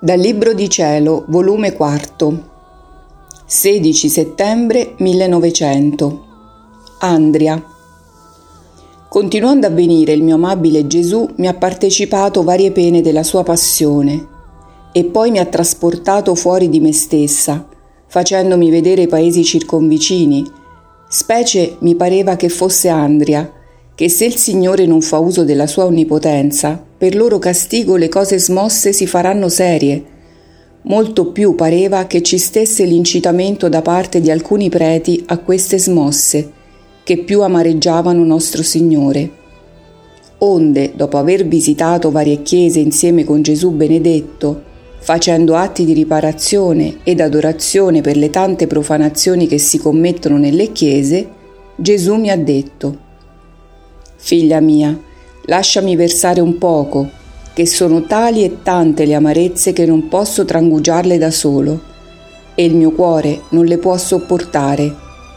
Dal Libro di Cielo, volume 4, 16 settembre 1900. Andria. Continuando a venire il mio amabile Gesù mi ha partecipato varie pene della sua passione e poi mi ha trasportato fuori di me stessa, facendomi vedere i paesi circonvicini, specie mi pareva che fosse Andria, che se il Signore non fa uso della sua onnipotenza, per loro castigo le cose smosse si faranno serie. Molto più pareva che ci stesse l'incitamento da parte di alcuni preti a queste smosse, che più amareggiavano nostro Signore. Onde, dopo aver visitato varie chiese insieme con Gesù benedetto, facendo atti di riparazione ed adorazione per le tante profanazioni che si commettono nelle chiese, Gesù mi ha detto: «Figlia mia, lasciami versare un poco, che sono tali e tante le amarezze che non posso trangugiarle da solo, e il mio cuore non le può sopportare».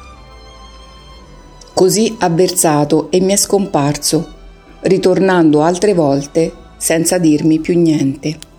Così ha versato e mi è scomparso, ritornando altre volte senza dirmi più niente.